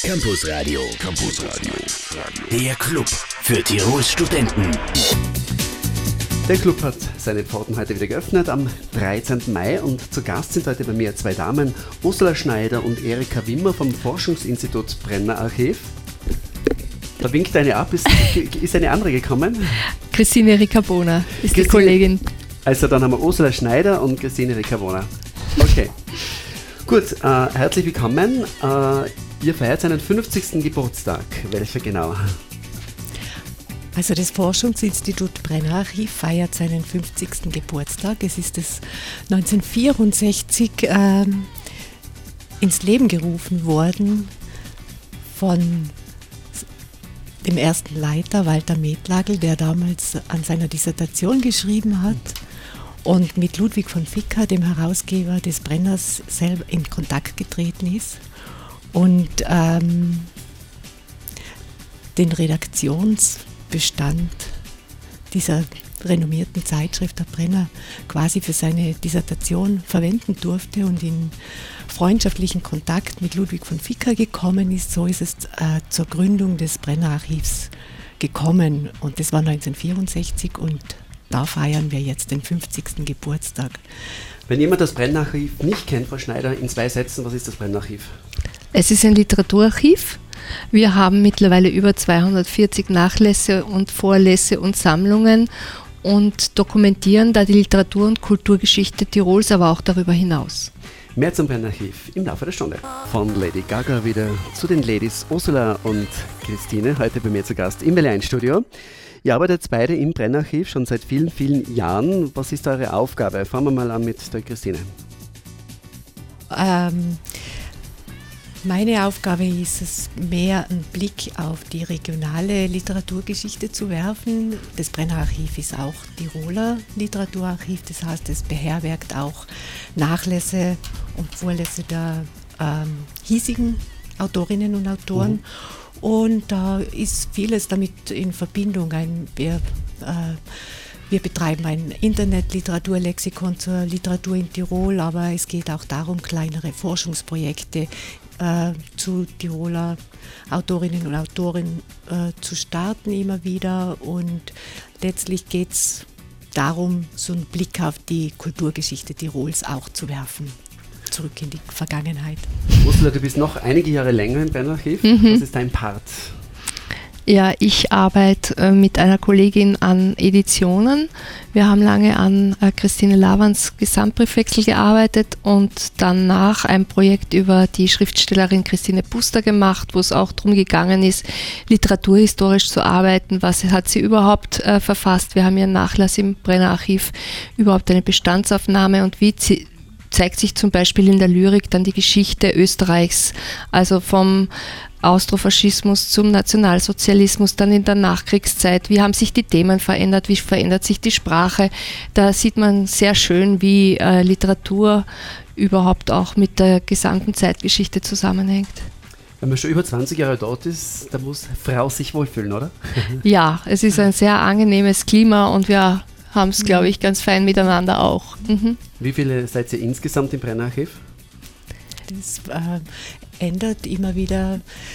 Campus Radio. Campus Radio. Der Club für Tirols Studenten. Der Club hat seine Pforten heute wieder geöffnet am 13. Mai und zu Gast sind heute bei mir zwei Damen, Ursula Schneider und Erika Wimmer vom Forschungsinstitut Brenner Archiv. Da winkt eine ab, ist eine andere gekommen? Christine Ricabona ist die Kollegin. Also dann haben wir Ursula Schneider und Christine Ricabona. Okay, gut, herzlich willkommen. Ihr feiert seinen 50. Geburtstag. Welcher genau? Also das Forschungsinstitut Brenner Archiv feiert seinen 50. Geburtstag. Es ist das 1964 ins Leben gerufen worden von dem ersten Leiter Walter Methlagl, der damals an seiner Dissertation geschrieben hat und mit Ludwig von Vicker, dem Herausgeber des Brenners, selber in Kontakt getreten ist und den Redaktionsbestand dieser renommierten Zeitschrift der Brenner quasi für seine Dissertation verwenden durfte und in freundschaftlichen Kontakt mit Ludwig von Vicker gekommen ist. So ist es zur Gründung des Brenner Archivs gekommen und das war 1964 und da feiern wir jetzt den 50. Geburtstag. Wenn jemand das Brenner Archiv nicht kennt, Frau Schneider, in 2 Sätzen, was ist das Brenner Archiv? Es ist ein Literaturarchiv. Wir haben mittlerweile über 240 Nachlässe und Vorlässe und Sammlungen und dokumentieren da die Literatur- und Kulturgeschichte Tirols, aber auch darüber hinaus. Mehr zum Brenner Archiv im Laufe der Stunde. Von Lady Gaga wieder zu den Ladies Ursula und Christine, heute bei mir zu Gast im WL1-Studio. Ihr arbeitet beide im Brenner Archiv schon seit vielen, vielen Jahren. Was ist eure Aufgabe? Fangen wir mal an mit der Christine. Meine Aufgabe ist es, mehr einen Blick auf die regionale Literaturgeschichte zu werfen. Das Brenner Archiv ist auch Tiroler Literaturarchiv, das heißt, es beherbergt auch Nachlässe und Vorlässe der hiesigen Autorinnen und Autoren. Und da ist vieles damit in Verbindung. Wir betreiben ein Internet-Literaturlexikon zur Literatur in Tirol, aber es geht auch darum, kleinere Forschungsprojekte zu Tiroler Autorinnen und Autoren zu starten immer wieder. Und letztlich geht es darum, so einen Blick auf die Kulturgeschichte Tirols auch zu werfen, zurück in die Vergangenheit. Ursula, du bist noch einige Jahre länger im Brenner Archiv. Was ist dein Part? Ja, ich arbeite mit einer Kollegin an Editionen. Wir haben lange an Christine Lavans Gesamtbriefwechsel gearbeitet und danach ein Projekt über die Schriftstellerin Christine Buster gemacht, wo es auch darum gegangen ist, literaturhistorisch zu arbeiten. Was hat sie überhaupt verfasst? Wir haben ihren Nachlass im Brenner Archiv, überhaupt eine Bestandsaufnahme und wie zeigt sich zum Beispiel in der Lyrik dann die Geschichte Österreichs, also vom Austrofaschismus zum Nationalsozialismus, dann in der Nachkriegszeit. Wie haben sich die Themen verändert? Wie verändert sich die Sprache? Da sieht man sehr schön, wie Literatur überhaupt auch mit der gesamten Zeitgeschichte zusammenhängt. Wenn man schon über 20 Jahre dort ist, da muss Frau sich wohlfühlen, oder? Ja, es ist ein sehr angenehmes Klima und wir haben es, glaube ich, ganz fein miteinander auch. Wie viele seid ihr insgesamt im Brenner Archiv? Das ändert immer wieder,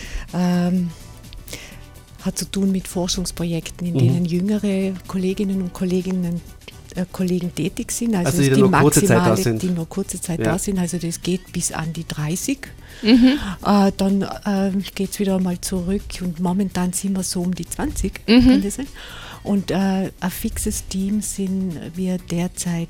hat zu tun mit Forschungsprojekten, in denen jüngere Kolleginnen und Kollegen tätig sind. Also die nur kurze Zeit da sind. Die nur kurze Zeit da sind. Also das geht bis an die 30. Dann geht es wieder mal zurück und momentan sind wir so um die 20. Kann das sein? Und ein fixes Team sind wir derzeit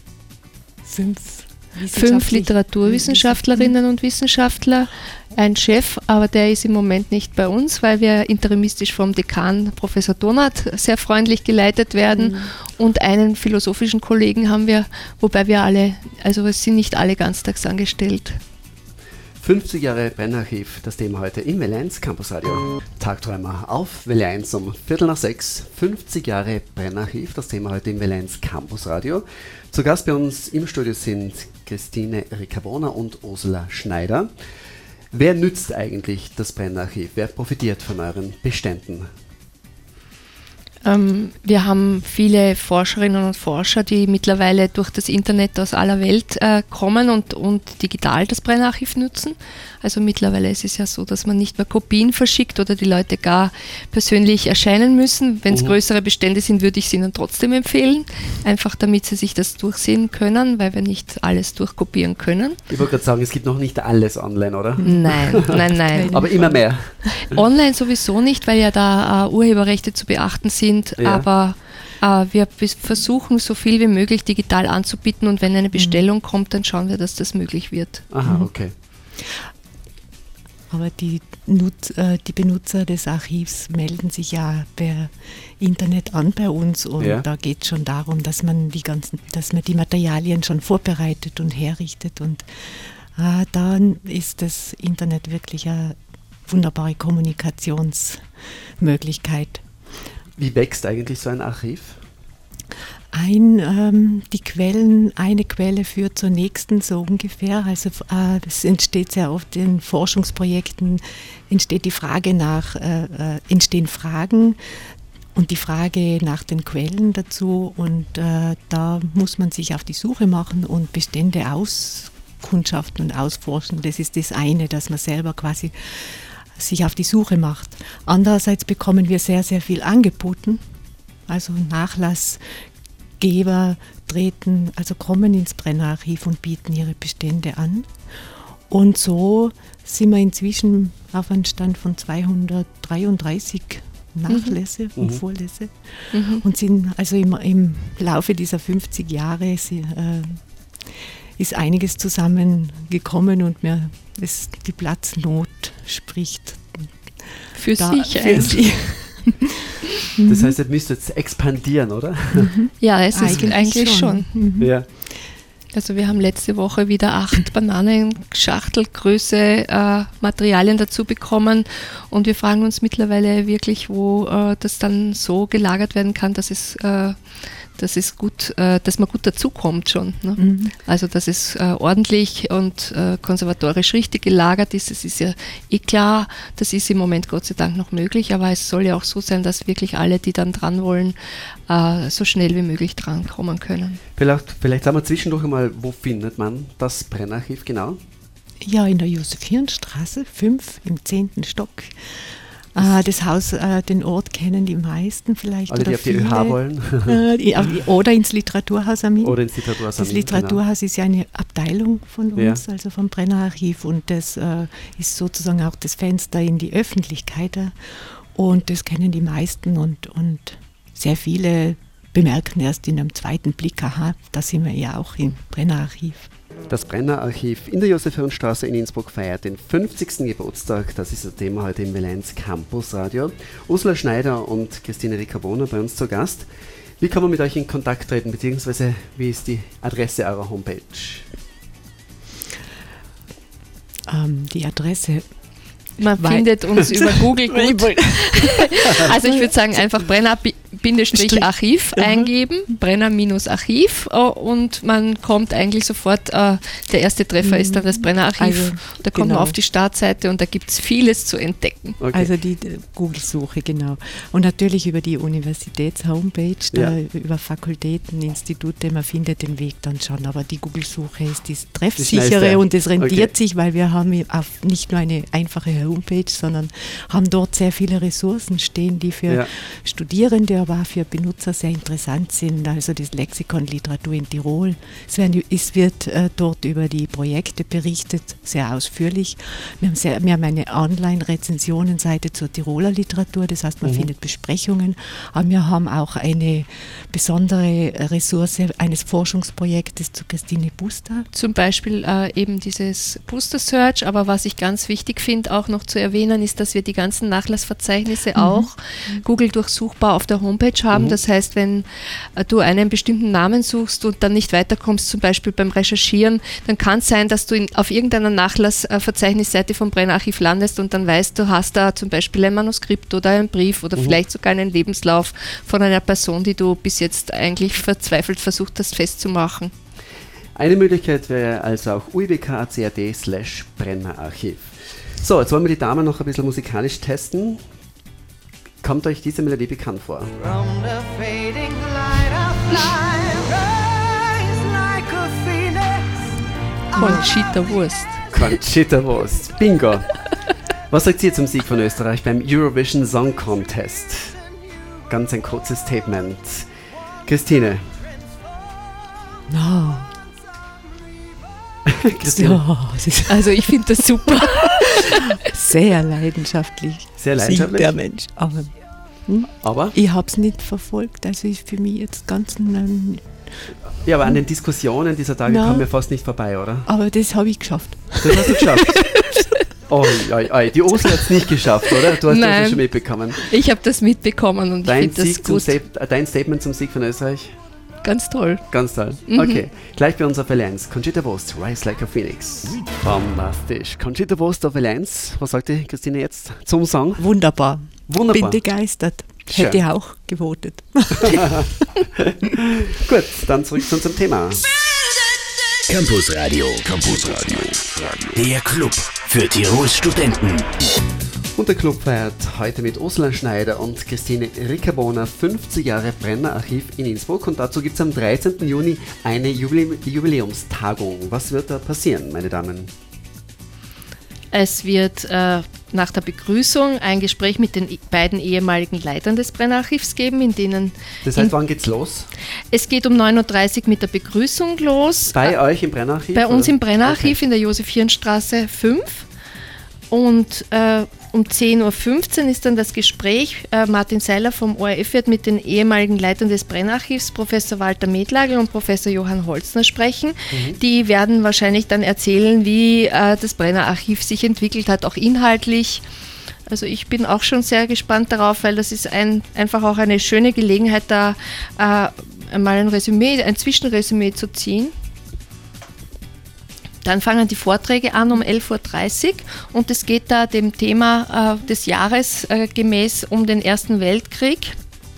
5 Literaturwissenschaftlerinnen und Wissenschaftler, ein Chef, aber der ist im Moment nicht bei uns, weil wir interimistisch vom Dekan Professor Donat sehr freundlich geleitet werden und einen philosophischen Kollegen haben wir, wobei wir alle, also es sind nicht alle ganztags angestellt. 50 Jahre Brenner Archiv, das Thema heute im WL1 Campus Radio. Tagträumer auf WL1 um 5:45. 50 Jahre Brenner Archiv, das Thema heute im WL1 Campus Radio. Zu Gast bei uns im Studio sind Christine Ricabona und Ursula Schneider. Wer nützt eigentlich das Brenner Archiv? Wer profitiert von euren Beständen? Wir haben viele Forscherinnen und Forscher, die mittlerweile durch das Internet aus aller Welt kommen und digital das Brennerarchiv nutzen. Also mittlerweile ist es ja so, dass man nicht mehr Kopien verschickt oder die Leute gar persönlich erscheinen müssen. Wenn es größere Bestände sind, würde ich es ihnen trotzdem empfehlen, einfach damit sie sich das durchsehen können, weil wir nicht alles durchkopieren können. Ich wollte gerade sagen, es gibt noch nicht alles online, oder? Nein. Aber immer mehr. Online sowieso nicht, weil ja da Urheberrechte zu beachten sind, Ja. aber wir versuchen so viel wie möglich digital anzubieten und wenn eine Bestellung kommt, dann schauen wir, dass das möglich wird. Aha, okay. Aber die Benutzer des Archivs melden sich ja per Internet an bei uns und da geht es schon darum, dass man die Materialien schon vorbereitet und herrichtet und dann ist das Internet wirklich eine wunderbare Kommunikationsmöglichkeit. Wie wächst eigentlich so ein Archiv? Eine Quelle führt zur nächsten, so ungefähr. Also es entsteht sehr oft in Forschungsprojekten, entstehen Fragen und die Frage nach den Quellen dazu und da muss man sich auf die Suche machen und Bestände auskundschaften und ausforschen. Das ist das eine, dass man selber quasi sich auf die Suche macht. Andererseits bekommen wir sehr, sehr viel angeboten, also Nachlassgeber kommen ins Brennerarchiv und bieten ihre Bestände an. Und so sind wir inzwischen auf einem Stand von 233 Nachlässe und Vorlässe und sind also im Laufe dieser 50 Jahre ist einiges zusammengekommen und die Platznot spricht Für sich eigentlich. Das heißt, ihr müsst jetzt expandieren, oder? Ja, es ist eigentlich schon. Ja. Also wir haben letzte Woche wieder 8 Bananenschachtelgröße Materialien dazu bekommen und wir fragen uns mittlerweile wirklich, wo das dann so gelagert werden kann, dass man gut dazukommt schon. Ne? Also dass es ordentlich und konservatorisch richtig gelagert ist, das ist ja klar, das ist im Moment Gott sei Dank noch möglich, aber es soll ja auch so sein, dass wirklich alle, die dann dran wollen, so schnell wie möglich dran kommen können. Vielleicht sagen wir zwischendurch einmal, wo findet man das Brennerarchiv genau? Ja, in der Josef-Hirn-Straße 5 im 10. Stock. Das Haus, den Ort kennen die meisten vielleicht. Alle, die auf die ÖH wollen. Oder ins Literaturhaus Amin. Das Literaturhaus ist ja eine Abteilung von uns, also vom Brennerarchiv. Und das ist sozusagen auch das Fenster in die Öffentlichkeit. Und das kennen die meisten und sehr viele bemerken erst in einem zweiten Blick, aha, da sind wir ja auch im Brennerarchiv. Das Brennerarchiv in der Josef-Hirn-Straße in Innsbruck feiert den 50. Geburtstag. Das ist das Thema heute im WL1 Campus Radio. Ursula Schneider und Christine Riccarboner bei uns zu Gast. Wie kann man mit euch in Kontakt treten, beziehungsweise wie ist die Adresse eurer Homepage? Die Adresse... Man findet uns über Google gut. Also ich würde sagen, einfach Brenner-Archiv eingeben, Brenner-Archiv und man kommt eigentlich sofort, der erste Treffer ist dann das Brennerarchiv. Also, da kommt man auf die Startseite und da gibt es vieles zu entdecken. Okay. Also die Google-Suche, genau. Und natürlich über die Universitäts-Homepage, über Fakultäten, Institute, man findet den Weg dann schon. Aber die Google-Suche ist die treffsichere und es rendiert sich, weil wir haben nicht nur eine einfache Homepage, sondern haben dort sehr viele Ressourcen stehen, die für Studierende, aber auch für Benutzer sehr interessant sind. Also das Lexikon Literatur in Tirol. Es wird dort über die Projekte berichtet, sehr ausführlich. Wir haben eine Online-Rezensionenseite zur Tiroler Literatur, das heißt, man findet Besprechungen, aber wir haben auch eine besondere Ressource eines Forschungsprojektes zu Christine Buster. Zum Beispiel eben dieses Buster Search, aber was ich ganz wichtig finde, auch noch zu erwähnen, ist, dass wir die ganzen Nachlassverzeichnisse auch Google durchsuchbar auf der Homepage haben. Das heißt, wenn du einen bestimmten Namen suchst und dann nicht weiterkommst, zum Beispiel beim Recherchieren, dann kann es sein, dass du auf irgendeiner Nachlassverzeichnisseite vom Brennerarchiv landest und dann weißt, du hast da zum Beispiel ein Manuskript oder einen Brief oder vielleicht sogar einen Lebenslauf von einer Person, die du bis jetzt eigentlich verzweifelt versucht hast festzumachen. Eine Möglichkeit wäre also auch uibk.cad/Brennerarchiv. So, jetzt wollen wir die Damen noch ein bisschen musikalisch testen. Kommt euch diese Melodie bekannt vor? From the fading light of life, rise like a phoenix. Conchita Wurst. Conchita Wurst. Bingo. Was sagt ihr zum Sieg von Österreich beim Eurovision Song Contest? Ganz ein kurzes Statement. Christine. No. Christine. Ja, Also ich finde das super. sehr leidenschaftlich. Sehr leidenschaftlich? Singt der Mensch. Aber? Ich habe es nicht verfolgt, also ist für mich jetzt ganz Ja, aber an den Diskussionen dieser Tage Na. kommen wir fast nicht vorbei, oder? aber das habe ich geschafft. Das hast du geschafft. Die Ursula hat es nicht geschafft, oder? Du hast Nein. das schon mitbekommen. Ich habe das mitbekommen und Dein, ich finde das gut. Dein Statement zum Sieg von Österreich? Ganz toll. Ganz toll. Okay, gleich bei uns auf L1. Conchita Wurst, Rise Like a Phoenix. Fantastisch. Conchita Wurst auf L1. Was sagt die Christine jetzt zum Song? Wunderbar. Wunderbar. Bin begeistert. Schön. Hätte auch gewotet. Gut, dann zurück zu unserem Thema. Campus Radio. Der Club für Tirols Studenten. Und der Club feiert heute mit Ursula Schneider und Christine Rickaboner 50 Jahre Brenner Archiv in Innsbruck. Und dazu gibt es am 13. Juni eine Jubiläumstagung. Was wird da passieren, meine Damen? Es wird nach der Begrüßung ein Gespräch mit den beiden ehemaligen Leitern des Brennerarchivs geben, in denen Das heißt, wann geht's los? es geht um 9.30 Uhr mit der Begrüßung los. Bei euch im Brennerarchiv? Bei uns oder? im Brennerarchiv Okay. in der Josef-Hirn-Straße 5. Und um 10.15 Uhr ist dann das Gespräch. Martin Seiler vom ORF wird mit den ehemaligen Leitern des Brennarchivs, Professor Walter Medlagel und Professor Johann Holzner, sprechen. Die werden wahrscheinlich dann erzählen, wie das Brennerarchiv sich entwickelt hat, auch inhaltlich. Also ich bin auch schon sehr gespannt darauf, weil das ist einfach auch eine schöne Gelegenheit, da mal ein Zwischenresümee zu ziehen. Dann fangen die Vorträge an um 11.30 Uhr und es geht da dem Thema des Jahres gemäß um den Ersten Weltkrieg.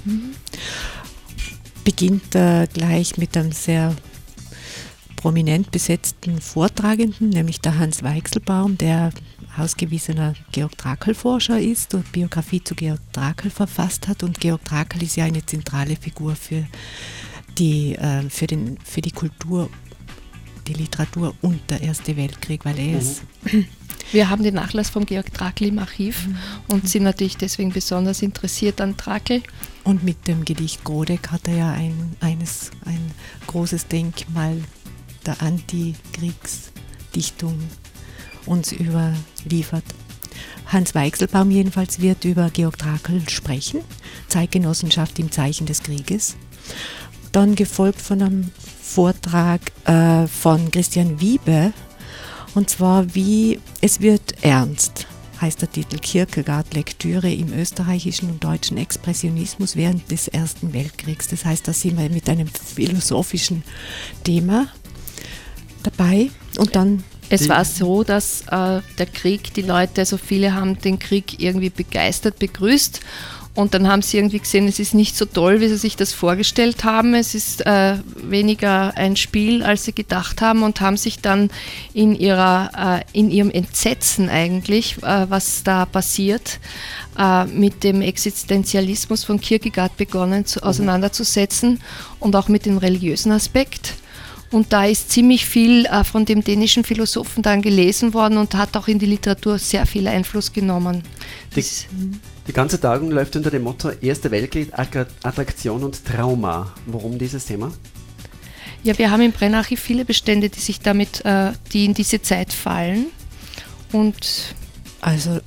Beginnt gleich mit einem sehr prominent besetzten Vortragenden, nämlich der Hans Weichselbaum, der ausgewiesener Georg-Trakl-Forscher ist und Biografie zu Georg Trakl verfasst hat. Und Georg Trakl ist ja eine zentrale Figur für die Kultur, die Literatur und der Erste Weltkrieg, weil er ist. Wir haben den Nachlass von Georg Trakl im Archiv und sind natürlich deswegen besonders interessiert an Trakl. Und mit dem Gedicht Grodek hat er ja ein großes Denkmal der Antikriegsdichtung uns überliefert. Hans Weichselbaum jedenfalls wird über Georg Trakl sprechen, Zeitgenossenschaft im Zeichen des Krieges. Dann gefolgt von einem Vortrag von Christian Wiebe, und zwar wie es wird ernst, heißt der Titel, Kierkegaard-Lektüre im österreichischen und deutschen Expressionismus während des Ersten Weltkriegs. Das heißt, da sind wir mit einem philosophischen Thema dabei und dann... Es war so, dass der Krieg, die Leute, also viele haben den Krieg irgendwie begeistert begrüßt. Und dann haben sie irgendwie gesehen, es ist nicht so toll, wie sie sich das vorgestellt haben. Es ist weniger ein Spiel, als sie gedacht haben, und haben sich dann in ihrem Entsetzen eigentlich, was da passiert, mit dem Existenzialismus von Kierkegaard begonnen auseinanderzusetzen und auch mit dem religiösen Aspekt. Und da ist ziemlich viel von dem dänischen Philosophen dann gelesen worden und hat auch in die Literatur sehr viel Einfluss genommen. Die ganze Tagung läuft unter dem Motto Erster Weltkrieg, Attraktion und Trauma. Warum dieses Thema? Ja, wir haben im Brennerarchiv viele Bestände, die sich damit, die in diese Zeit fallen. Und also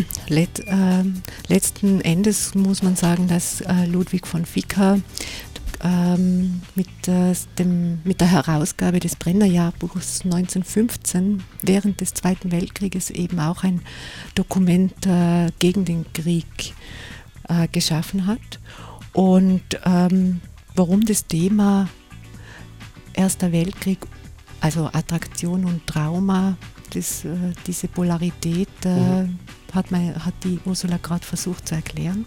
letzten Endes muss man sagen, dass Ludwig von Vicar mit der Herausgabe des Brenner-Jahrbuchs 1915 während des Zweiten Weltkrieges eben auch ein Dokument gegen den Krieg geschaffen hat. Und warum das Thema Erster Weltkrieg, also Attraktion und Trauma, diese Polarität hat die Ursula gerade versucht zu erklären.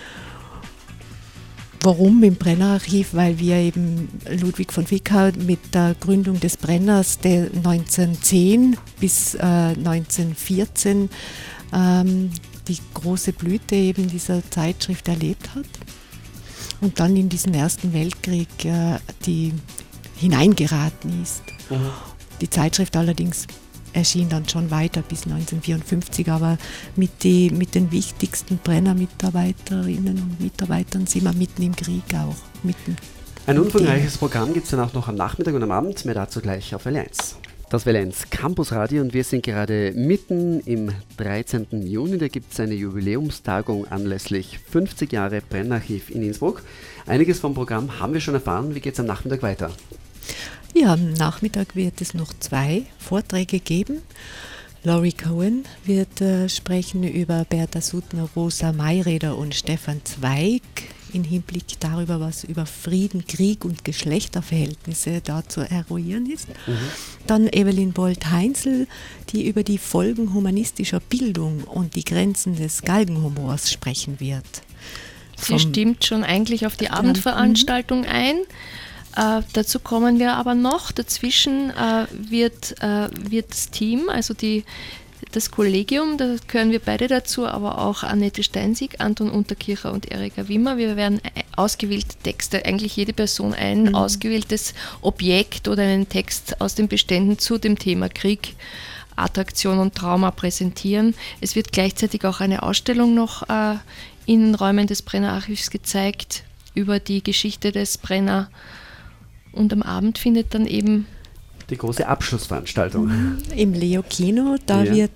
Warum im Brennerarchiv? Weil wir eben Ludwig von Vicar mit der Gründung des Brenners 1910 bis 1914 die große Blüte eben dieser Zeitschrift erlebt hat und dann in diesen Ersten Weltkrieg die hineingeraten ist. Die Zeitschrift allerdings erschien dann schon weiter bis 1954, aber mit den wichtigsten Brenner-Mitarbeiterinnen und Mitarbeitern sind wir mitten im Krieg auch. Ein umfangreiches Programm gibt es dann auch noch am Nachmittag und am Abend, mehr dazu gleich auf Welle 1. Das Welle 1 Campusradio und wir sind gerade mitten im 13. Juni, da gibt es eine Jubiläumstagung anlässlich 50 Jahre Brennarchiv in Innsbruck. Einiges vom Programm haben wir schon erfahren, wie geht es am Nachmittag weiter? Ja, am Nachmittag wird es noch 2 Vorträge geben. Laurie Cohen wird sprechen über Bertha Suttner, Rosa Mayreder und Stefan Zweig im Hinblick darüber, was über Frieden, Krieg und Geschlechterverhältnisse da zu eruieren ist. Dann Evelyn Bolt-Heinzel, die über die Folgen humanistischer Bildung und die Grenzen des Galgenhumors sprechen wird. Sie stimmt schon eigentlich auf die Abendveranstaltung ein. Dazu kommen wir aber noch. Dazwischen wird das Team, also das Kollegium, da gehören wir beide dazu, aber auch Annette Steinsieg, Anton Unterkircher und Erika Wimmer. Wir werden ausgewählte Texte, eigentlich jede Person ein ausgewähltes Objekt oder einen Text aus den Beständen zu dem Thema Krieg, Attraktion und Trauma präsentieren. Es wird gleichzeitig auch eine Ausstellung noch in den Räumen des Brenner Archivs gezeigt über die Geschichte des Brenner. Und am Abend findet dann eben die große Abschlussveranstaltung. Im Leo Kino, da wird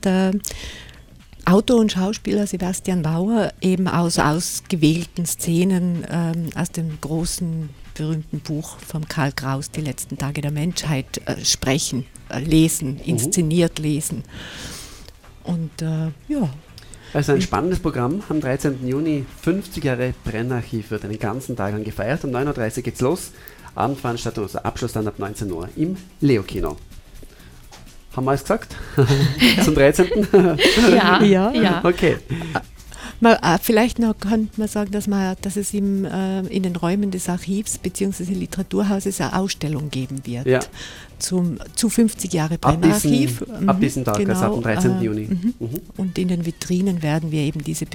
Autor und Schauspieler Sebastian Bauer eben aus ausgewählten Szenen aus dem großen, berühmten Buch von Karl Kraus, Die letzten Tage der Menschheit, sprechen, lesen, inszeniert lesen. Und Also ein spannendes Programm. Am 13. Juni, 50 Jahre Brennarchiv, wird einen ganzen Tag lang gefeiert. Um 9.30 Uhr geht's los. Abendveranstaltung, also Abschluss dann ab 19 Uhr im Leo-Kino. Haben wir es gesagt? Zum 13.? Ja. Okay. Vielleicht noch könnte man sagen, dass es in den Räumen des Archivs bzw. Literaturhauses eine Ausstellung geben wird zu 50 Jahre Brennarchiv. Ab diesem Tag, genau, also ab dem 13. Juni. Und in den Vitrinen werden wir eben diese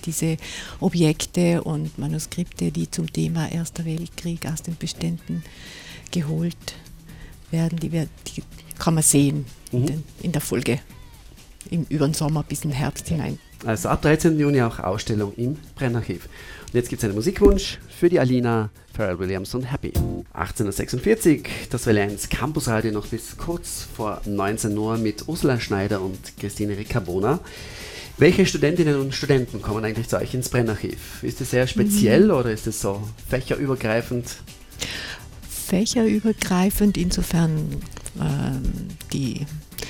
Objekte und Manuskripte, die zum Thema Erster Weltkrieg aus den Beständen geholt werden, die kann man sehen in der Folge über den Sommer bis in den Herbst hinein. Also ab 13. Juni auch Ausstellung im Brennarchiv. Und jetzt gibt es einen Musikwunsch für die Alina, Pharrell Williams und Happy. 18.46 Uhr, das Welle 1 Campusradio noch bis kurz vor 19 Uhr mit Ursula Schneider und Christine Riccabona. Welche Studentinnen und Studenten kommen eigentlich zu euch ins Brennarchiv? Ist es sehr speziell oder ist es so fächerübergreifend? Fächerübergreifend, insofern die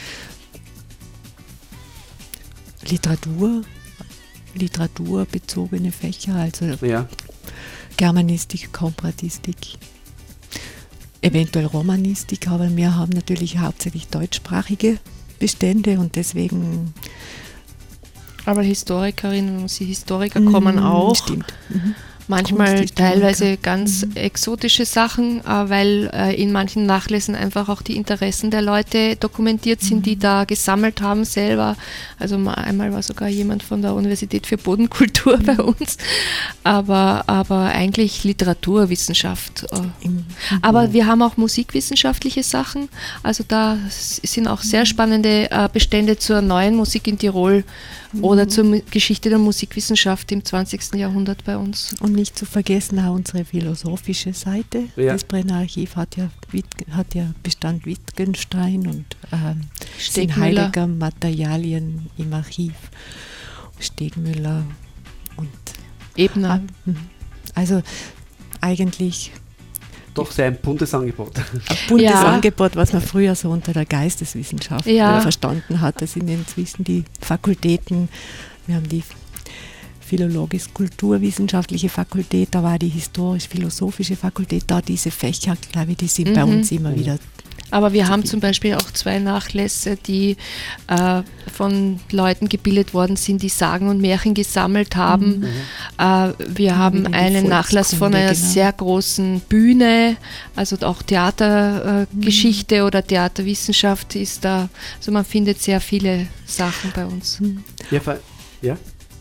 literaturbezogene Fächer, also Germanistik, Komparatistik, eventuell Romanistik, aber wir haben natürlich hauptsächlich deutschsprachige Bestände und deswegen... Aber Historikerinnen und Historiker kommen auch. Stimmt. Manchmal teilweise ganz exotische Sachen, weil in manchen Nachlässen einfach auch die Interessen der Leute dokumentiert sind, die da gesammelt haben selber. Also einmal war sogar jemand von der Universität für Bodenkultur bei uns, aber eigentlich Literaturwissenschaft. Aber wir haben auch musikwissenschaftliche Sachen, also da sind auch sehr spannende Bestände zur neuen Musik in Tirol oder zur Geschichte der Musikwissenschaft im 20. Jahrhundert bei uns. Und nicht zu vergessen auch unsere philosophische Seite. Das Brenner Archiv hat ja Bestand Wittgenstein und sind Heidegger Materialien im Archiv. Stegmüller und Ebner. Also eigentlich doch sehr ein buntes Angebot. Ein buntes Angebot, was man früher so unter der Geisteswissenschaft verstanden hat. Das sind inzwischen die Fakultäten. Wir haben die philologisch-kulturwissenschaftliche Fakultät, da war die historisch-philosophische Fakultät, da diese Fächer, glaube ich, die sind bei uns immer wieder. Aber wir haben zum Beispiel auch 2 Nachlässe, die von Leuten gebildet worden sind, die Sagen und Märchen gesammelt haben. Wir haben einen Nachlass von einer sehr großen Bühne, also auch Theatergeschichte oder Theaterwissenschaft ist da. Also man findet sehr viele Sachen bei uns. Ja?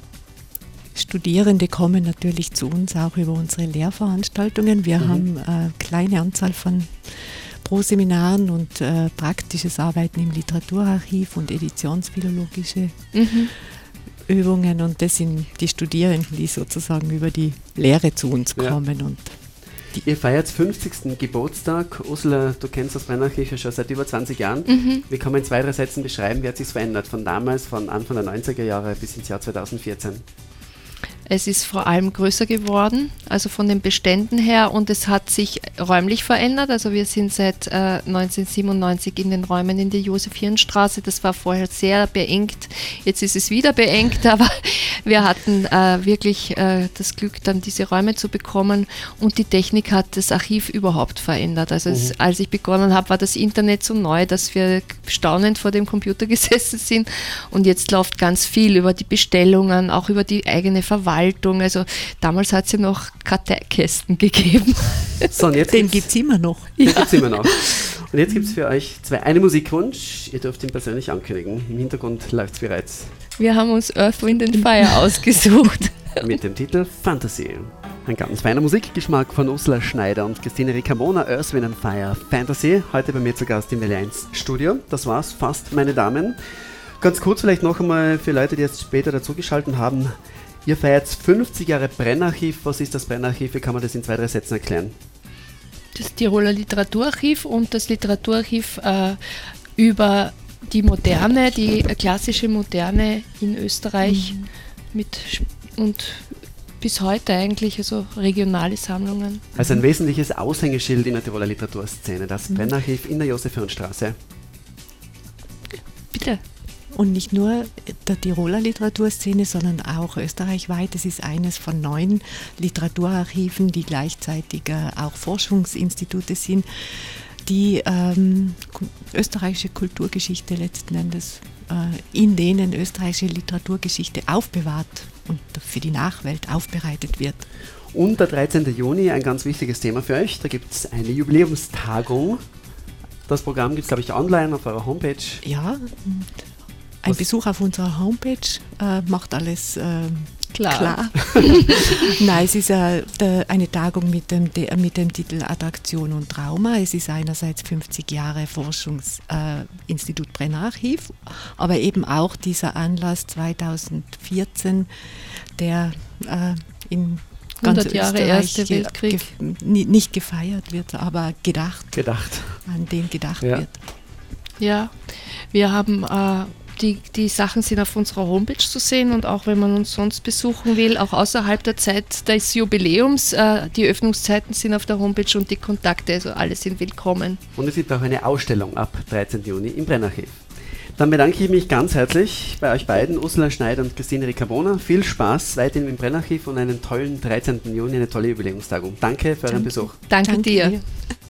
Studierende kommen natürlich zu uns auch über unsere Lehrveranstaltungen. Wir haben eine kleine Anzahl von Proseminaren und praktisches Arbeiten im Literaturarchiv und editionsphilologische Übungen. Und das sind die Studierenden, die sozusagen über die Lehre zu uns kommen. Und ihr feiert 50. Geburtstag. Ursula, du kennst das Brennerarchiv ja schon seit über 20 Jahren. Wie kann man in 2, 3 Sätzen beschreiben, wie hat sich verändert? Von damals, von Anfang der 90er Jahre bis ins Jahr 2014. Es ist vor allem größer geworden, also von den Beständen her, und es hat sich räumlich verändert. Also wir sind seit 1997 in den Räumen in der Josef-Hirn-Straße. Das war vorher sehr beengt. Jetzt ist es wieder beengt, aber wir hatten wirklich das Glück, dann diese Räume zu bekommen, und die Technik hat das Archiv überhaupt verändert. Also als ich begonnen habe, war das Internet so neu, dass wir staunend vor dem Computer gesessen sind, und jetzt läuft ganz viel über die Bestellungen, auch über die eigene Verwaltung. Also damals hat es ja noch Karteikästen gegeben. So, und jetzt den gibt es immer noch. Den gibt's immer noch. Und jetzt gibt es für euch einen Musikwunsch. Ihr dürft ihn persönlich ankündigen. Im Hintergrund läuft es bereits. Wir haben uns Earth, Wind and Fire ausgesucht. Mit dem Titel Fantasy. Ein ganz feiner Musikgeschmack von Ursula Schneider und Christine Ricamona, Earth, Wind and Fire, Fantasy. Heute bei mir zu Gast im Welle1 Studio. Das war's fast, meine Damen. Ganz kurz vielleicht noch einmal für Leute, die jetzt später dazugeschaltet haben. Ihr feiert 50 Jahre Brennerarchiv. Was ist das Brennerarchiv? Wie kann man das in 2, 3 Sätzen erklären? Das Tiroler Literaturarchiv und das Literaturarchiv über die Moderne, die klassische Moderne in Österreich und bis heute eigentlich, also regionale Sammlungen. Also ein wesentliches Aushängeschild in der Tiroler Literaturszene, das Brennerarchiv in der Josef-Hirn-Straße. Bitte. Und nicht nur der Tiroler Literaturszene, sondern auch österreichweit. Es ist eines von 9 Literaturarchiven, die gleichzeitig auch Forschungsinstitute sind, die österreichische Kulturgeschichte letzten Endes, in denen österreichische Literaturgeschichte aufbewahrt und für die Nachwelt aufbereitet wird. Und der 13. Juni, ein ganz wichtiges Thema für euch, da gibt es eine Jubiläumstagung. Das Programm gibt es, glaube ich, online auf eurer Homepage. Ja, ein Besuch auf unserer Homepage macht alles klar. Nein, es ist eine Tagung mit dem Titel Attraktion und Trauma. Es ist einerseits 50 Jahre Forschungsinstitut Brennerarchiv, aber eben auch dieser Anlass 2014, der in ganz 100 Jahre Österreich Erster Weltkrieg. Nicht gefeiert wird, aber an den gedacht wird. Ja, wir haben die Sachen sind auf unserer Homepage zu sehen, und auch wenn man uns sonst besuchen will, auch außerhalb der Zeit des Jubiläums, die Öffnungszeiten sind auf der Homepage und die Kontakte, also alle sind willkommen. Und es gibt auch eine Ausstellung ab 13. Juni im Brennerarchiv. Dann bedanke ich mich ganz herzlich bei euch beiden, Ursula Schneider und Christine Ricamona. Viel Spaß weiterhin im Brennerarchiv und einen tollen 13. Juni, eine tolle Jubiläumstagung. Danke für euren Besuch. Danke dir.